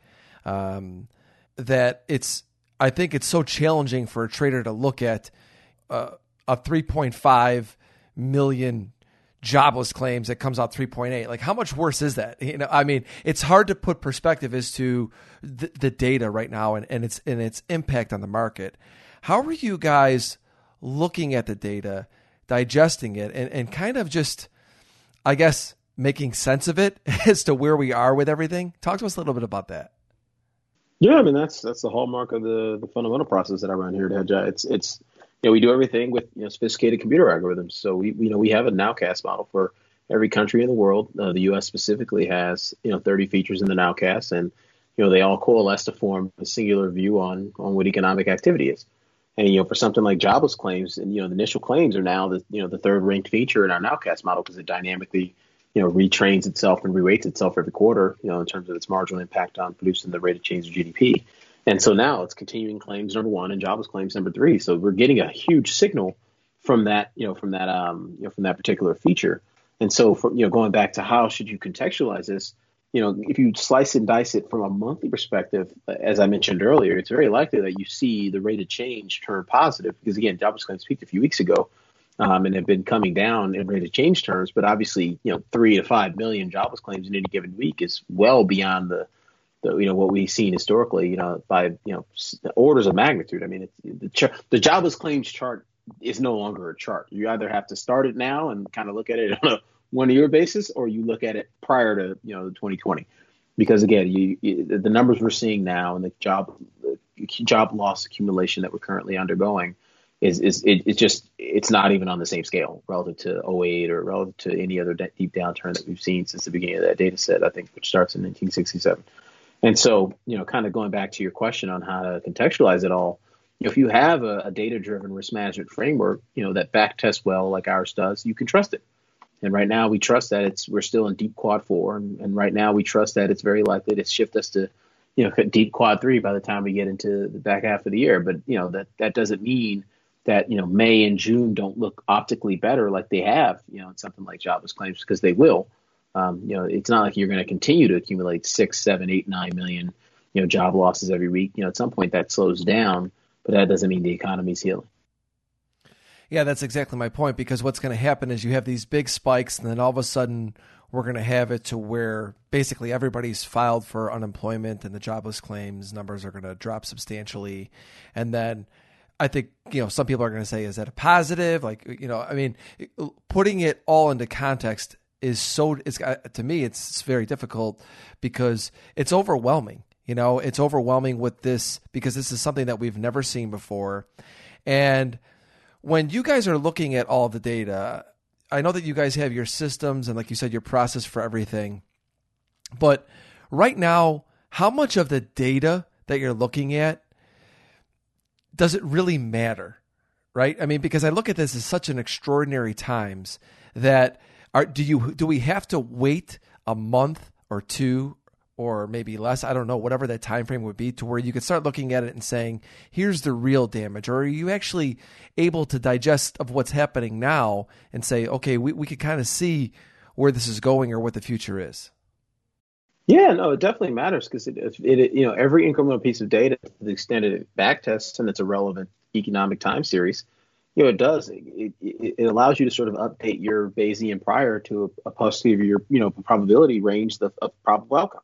um, that it's, I think it's so challenging for a trader to look at uh, a three point five million jobless claims that comes out three point eight. Like, how much worse is that? You know, I mean, it's hard to put perspective as to the, the data right now and, and its and its impact on the market. How are you guys looking at the data, digesting it, and, and kind of just, I guess, making sense of it as to where we are with everything? Talk to us a little bit about that. Yeah, I mean, that's that's the hallmark of the, the fundamental process that I run here at Hedgeye. It's it's you know, we do everything with, you know, sophisticated computer algorithms. So we, you know, we have a nowcast model for every country in the world. Uh, the U S specifically has, you know, thirty features in the nowcast, and, you know, they all coalesce to form a singular view on, on what economic activity is. And, you know, for something like jobless claims, and, you know, the initial claims are now the, you know, the third ranked feature in our nowcast model because it dynamically, you know, retrains itself and reweights itself every quarter, you know, in terms of its marginal impact on producing the rate of change of G D P. And so now it's continuing claims number one and jobless claims number three. So we're getting a huge signal from that, you know, from that, um, you know, from that particular feature. And so, for, you know, going back to how should you contextualize this, you know, if you slice and dice it from a monthly perspective, as I mentioned earlier, it's very likely that you see the rate of change turn positive because, again, jobless claims peaked a few weeks ago um, and have been coming down in rate of change terms. But obviously, you know, three to five million jobless claims in any given week is well beyond the, the you know, what we've seen historically, you know, by, you know, orders of magnitude. I mean, it's, the, ch- the jobless claims chart is no longer a chart. You either have to start it now and kind of look at it on a one year basis, or you look at it prior to, you know, twenty twenty, because again, you, you the numbers we're seeing now and the job the job loss accumulation that we're currently undergoing is is it, it's just it's not even on the same scale relative to oh eight or relative to any other de- deep downturn that we've seen since the beginning of that data set, I think, which starts in nineteen sixty-seven. And so, you know, kind of going back to your question on how to contextualize it all, you know, if you have a, a data driven risk management framework, you know, that back tests well like ours does, you can trust it. And right now we trust that it's we're still in deep quad four, and, and right now we trust that it's very likely to shift us to, you know, deep quad three by the time we get into the back half of the year. But you know that that doesn't mean that you know May and June don't look optically better like they have, you know, in something like jobless claims, because they will. Um, you know, it's not like you're going to continue to accumulate six, seven, eight, nine million, you know, job losses every week. You know, at some point that slows down, but that doesn't mean the economy's healing. Yeah, that's exactly my point, because what's going to happen is you have these big spikes, and then all of a sudden we're going to have it to where basically everybody's filed for unemployment and the jobless claims numbers are going to drop substantially. And then I think, you know, some people are going to say, is that a positive? Like, you know, I mean, putting it all into context is so, it's, to me, it's very difficult because it's overwhelming. You know, it's overwhelming with this because this is something that we've never seen before. And when you guys are looking at all the data, I know that you guys have your systems and, like you said, your process for everything. But right now, how much of the data that you're looking at does it really matter? Right? I mean, because I look at this as such an extraordinary times that are, do you do we have to wait a month or two or maybe less, I don't know, whatever that time frame would be, to where you could start looking at it and saying, here's the real damage? Or are you actually able to digest of what's happening now and say, okay, we, we could kind of see where this is going or what the future is? Yeah, no, it definitely matters because it, it, it, you know, every incremental piece of data, to the extent it back tests and it's a relevant economic time series, you know, it does. It, it, it allows you to sort of update your Bayesian prior to a, a posterior, you know, probability range of, of probable outcomes.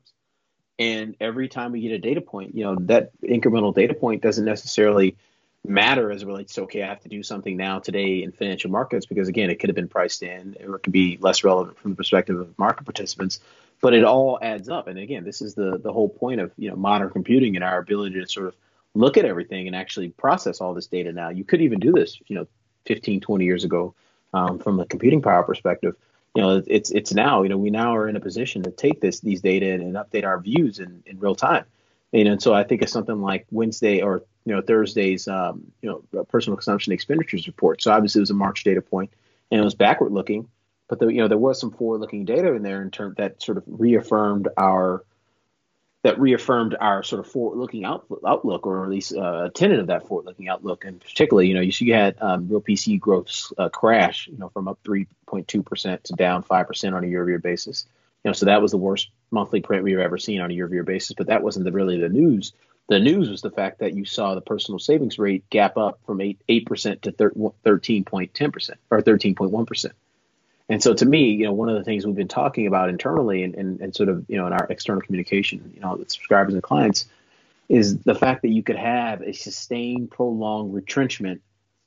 And every time we get a data point, you know, that incremental data point doesn't necessarily matter as it relates to, okay, I have to do something now today in financial markets, because, again, it could have been priced in, or it could be less relevant from the perspective of market participants. But it all adds up. And, again, this is the the whole point of, you know, modern computing and our ability to sort of look at everything and actually process all this data now. You could even do this, you know, fifteen, twenty years ago um, from a computing power perspective. You know, it's it's now, you know, we now are in a position to take this these data and, and update our views in, in real time. You know, and so I think it's something like Wednesday or, you know, Thursday's, um, you know, personal consumption expenditures report. So obviously it was a March data point and it was backward looking, but the, you know, there was some forward looking data in there in terms that sort of reaffirmed our that reaffirmed our sort of forward-looking outlook, or at least uh, a tenet of that forward-looking outlook. And particularly, you know, you, you had um, real P C growth uh, crash, you know, from up three point two percent to down five percent on a year-over-year basis. You know, so that was the worst monthly print we've ever seen on a year-over-year basis. But that wasn't the, really the news. The news was the fact that you saw the personal savings rate gap up from eight eight percent to thirteen point one zero percent or thirteen point one percent. And so to me, you know, one of the things we've been talking about internally and, and, and sort of, you know, in our external communication, you know, with subscribers and clients, is the fact that you could have a sustained, prolonged retrenchment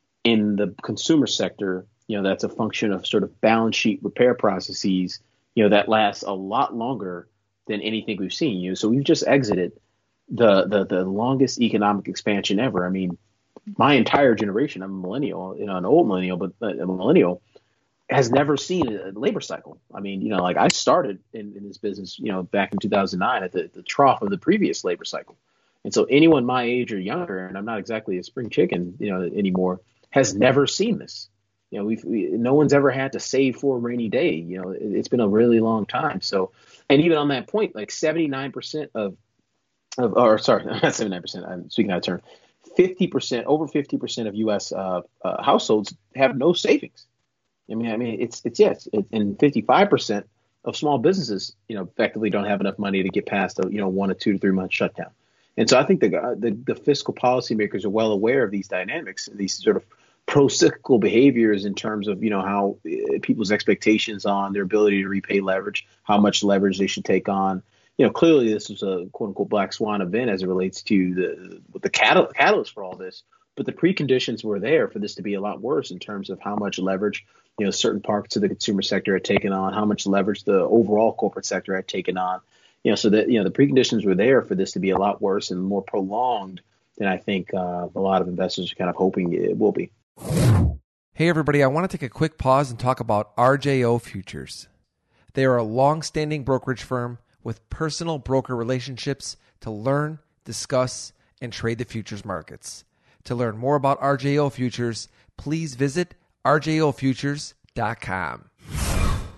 in the consumer sector, you know, that's a function of sort of balance sheet repair processes, you know, that lasts a lot longer than anything we've seen. You know, so we've just exited the the the longest economic expansion ever. I mean, my entire generation, I'm a millennial, you know, an old millennial, but a millennial, has never seen a labor cycle. I mean, you know, like I started in, in this business, you know, back in two thousand nine at the, the trough of the previous labor cycle. And so anyone my age or younger, and I'm not exactly a spring chicken, you know, anymore, has never seen this. You know, we've, we, no one's ever had to save for a rainy day. You know, it, it's been a really long time. So, and even on that point, like seventy-nine percent of, of or sorry, not seventy-nine percent, I'm speaking out of turn, fifty percent, over fifty percent of U S uh, uh, households have no savings. I mean, I mean, it's it's yes, it, and fifty-five percent of small businesses, you know, effectively don't have enough money to get past a, you know, one or two to three month shutdown. And so I think the the, the fiscal policymakers are well aware of these dynamics, these sort of pro-cyclical behaviors in terms of, you know, how uh, people's expectations on their ability to repay leverage, how much leverage they should take on. You know, clearly this was a quote unquote black swan event as it relates to the the catal- catalyst for all this. But the preconditions were there for this to be a lot worse in terms of how much leverage, you know, certain parts of the consumer sector had taken on, how much leverage the overall corporate sector had taken on, you know, so that, you know, the preconditions were there for this to be a lot worse and more prolonged than I think uh, a lot of investors are kind of hoping it will be. Hey, everybody, I want to take a quick pause and talk about R J O Futures. They are a long-standing brokerage firm with personal broker relationships to learn, discuss, and trade the futures markets. To learn more about R J O Futures, please visit R J O futures dot com.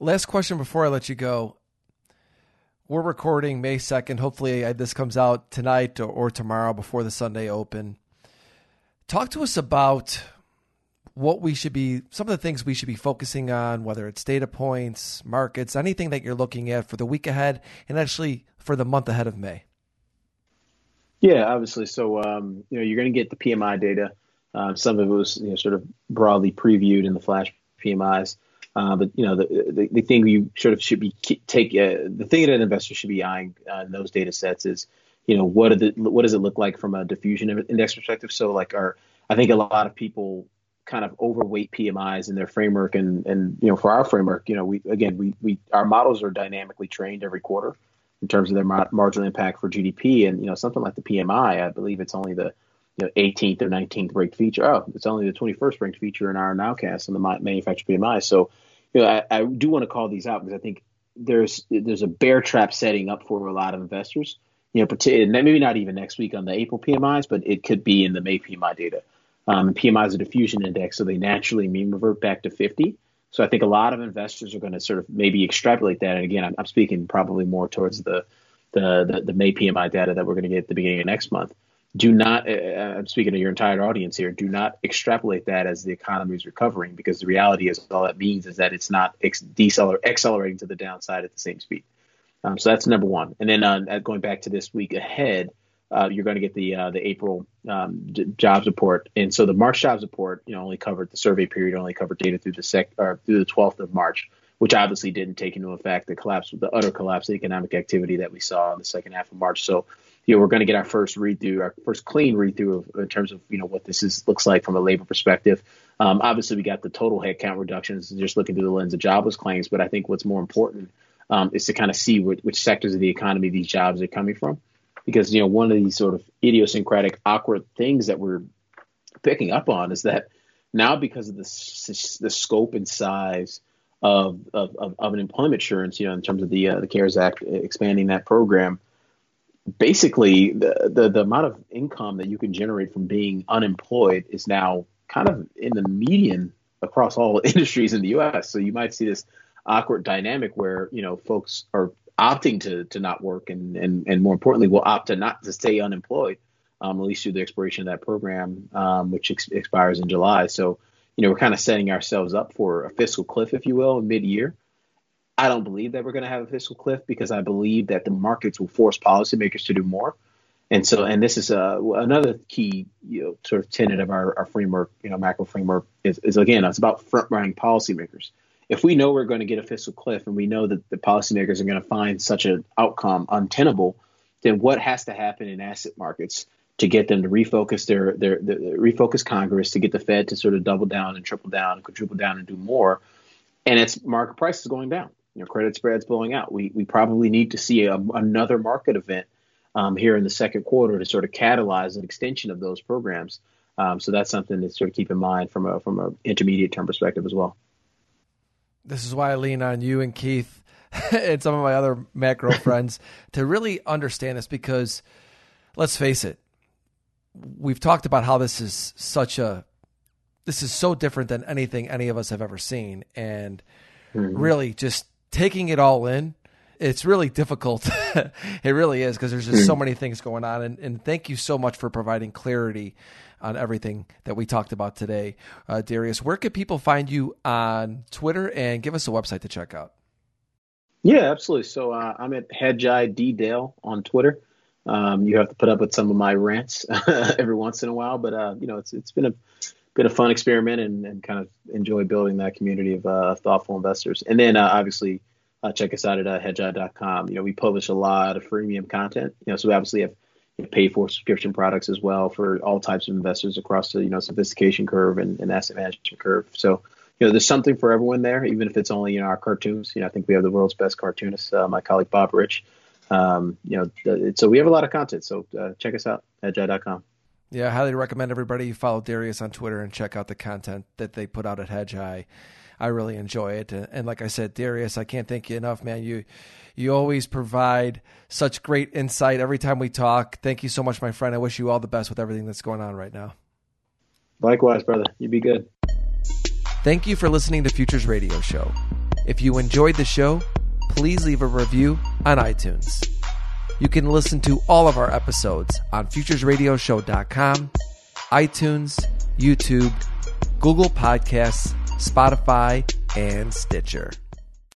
Last question before I let you go. We're recording May second. Hopefully this comes out tonight or, or tomorrow before the Sunday Open. Talk to us about what we should be, some of the things we should be focusing on, whether it's data points, markets, anything that you're looking at for the week ahead and actually for the month ahead of May. Yeah, obviously. So, um, you know, you're going to get the P M I data. Um, some of it was, you know, sort of broadly previewed in the flash P M Is. Uh, but, you know, the, the the thing you sort of should be take uh, the thing that an investor should be eyeing uh, in those data sets is, you know, what are the what does it look like from a diffusion index perspective? So, like, our I think a lot of people kind of overweight P M Is in their framework, and and you know, for our framework, you know, we again we we our models are dynamically trained every quarter in terms of their mar- marginal impact for G D P, and you know, something like the P M I, I believe it's only the you know, eighteenth or nineteenth ranked feature. Oh, it's only the twenty-first ranked feature in our nowcast on the manufacturer P M I. So, you know, I, I do want to call these out because I think there's there's a bear trap setting up for a lot of investors. You know, maybe not even next week on the April P M Is, but it could be in the May P M I data. Um, and P M I is a diffusion index, so they naturally mean revert back to fifty. So I think a lot of investors are going to sort of maybe extrapolate that. And again, I'm, I'm speaking probably more towards the the, the the May P M I data that we're going to get at the beginning of next month. Do not, uh, I'm speaking to your entire audience here, do not extrapolate that as the economy is recovering, because the reality is all that means is that it's not ex- deceler- accelerating to the downside at the same speed. Um, so that's number one. And then uh, going back to this week ahead, uh, you're going to get the uh, the April um, j- jobs report. And so the March jobs report, you know, only covered the survey period, only covered data through the sec- or through the twelfth of March, which obviously didn't take into effect the collapse, the utter collapse of economic activity that we saw in the second half of March. So, you know, we're going to get our first read through, our first clean read through in terms of, you know, what this is looks like from a labor perspective. Um, obviously, we got the total headcount reductions just looking through the lens of jobless claims. But I think what's more important um, is to kind of see which, which sectors of the economy these jobs are coming from, because, you know, one of these sort of idiosyncratic, awkward things that we're picking up on is that now, because of the the scope and size of of, of, of an employment insurance, you know, in terms of the uh, the CARES Act expanding that program. Basically, the, the the amount of income that you can generate from being unemployed is now kind of in the median across all industries in the U S. So you might see this awkward dynamic where, you know, folks are opting to to not work and and, and more importantly, will opt to not to stay unemployed, um, at least through the expiration of that program, um, which ex- expires in July. So, you know, we're kind of setting ourselves up for a fiscal cliff, if you will, mid-year. I don't believe that we're going to have a fiscal cliff, because I believe that the markets will force policymakers to do more. And so, and this is uh, another key, you know, sort of tenet of our, our framework, you know, macro framework is, is again, it's about front running policymakers. If we know we're going to get a fiscal cliff and we know that the policymakers are going to find such an outcome untenable, then what has to happen in asset markets to get them to refocus their, their, their refocus Congress, to get the Fed to sort of double down and triple down and quadruple down and do more? And it's market prices going down. You know, credit spreads blowing out. We we probably need to see a, another market event um, here in the second quarter to sort of catalyze an extension of those programs. Um, so that's something to sort of keep in mind from a from an intermediate term perspective as well. This is why I lean on you and Keith and some of my other macro friends to really understand this, because let's face it, we've talked about how this is such a this is so different than anything any of us have ever seen, and mm-hmm. really just taking it all in, it's really difficult. It really is, because there's just so many things going on. And, and thank you so much for providing clarity on everything that we talked about today. Uh, Darius, where can people find you on Twitter, and give us a website to check out? Yeah, absolutely. So uh, I'm at Hedgeye D Dale on Twitter. Um, you have to put up with some of my rants every once in a while, but uh, you know, it's it's been a been a fun experiment, and, and kind of enjoy building that community of uh, thoughtful investors. And then uh, obviously uh, check us out at uh, hedgeye dot com. You know, we publish a lot of freemium content. You know, so we obviously have you know, pay for subscription products as well for all types of investors across the you know sophistication curve and, and asset management curve. So you know, there's something for everyone there, even if it's only you know our cartoons. You know, I think we have the world's best cartoonist, uh, my colleague Bob Rich. Um, you know, th- so we have a lot of content. So uh, check us out, hedgeye dot com. Yeah, I highly recommend everybody follow Darius on Twitter and check out the content that they put out at Hedgeye. I really enjoy it. And like I said, Darius, I can't thank you enough, man. You you always provide such great insight every time we talk. Thank you so much, my friend. I wish you all the best with everything that's going on right now. Likewise, brother. You be good. Thank you for listening to Futures Radio Show. If you enjoyed the show, please leave a review on iTunes. You can listen to all of our episodes on futures radio show dot com, iTunes, YouTube, Google Podcasts, Spotify, and Stitcher.